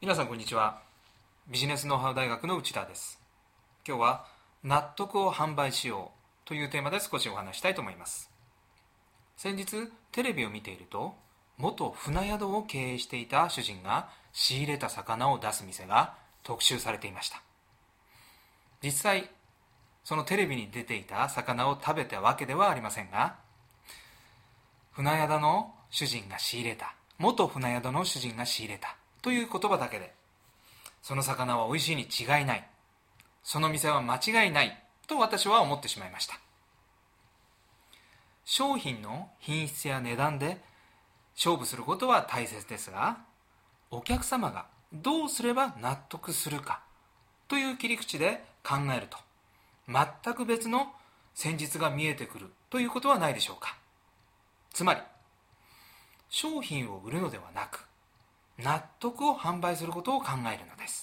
皆さんこんにちは。ビジネスノウハウ大学の内田です。今日は納得を販売しようというテーマで少しお話したいと思います。先日テレビを見ていると、元船宿を経営していた主人が仕入れた魚を出す店が特集されていました。実際そのテレビに出ていた魚を食べたわけではありませんが、船宿の主人が仕入れた、元船宿の主人が仕入れたという言葉だけで、その魚は美味しいに違いない、その店は間違いないと私は思ってしまいました。商品の品質や値段で勝負することは大切ですが、お客様がどうすれば納得するかという切り口で考えると、全く別の戦術が見えてくるということはないでしょうか。つまり商品を売るのではなく、納得を販売することを考えるのです。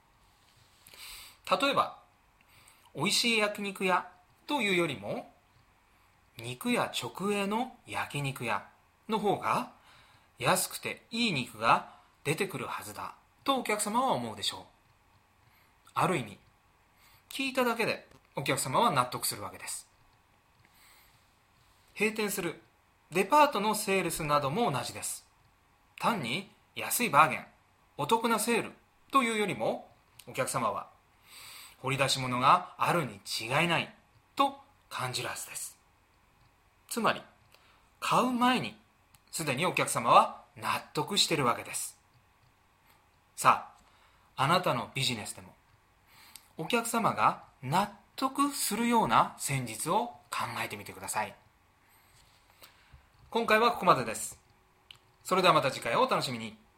例えばおいしい焼肉屋というよりも、肉屋直営の焼肉屋の方が安くていい肉が出てくるはずだとお客様は思うでしょう。ある意味聞いただけでお客様は納得するわけです。閉店するデパートのセールスなども同じです。単に安いバーゲン、お得なセールというよりも、お客様は掘り出し物があるに違いないと感じるはずです。つまり買う前にすでにお客様は納得しているわけです。さあ、あなたのビジネスでもお客様が納得するような戦術を考えてみてください。今回はここまでです。それではまた次回をお楽しみに。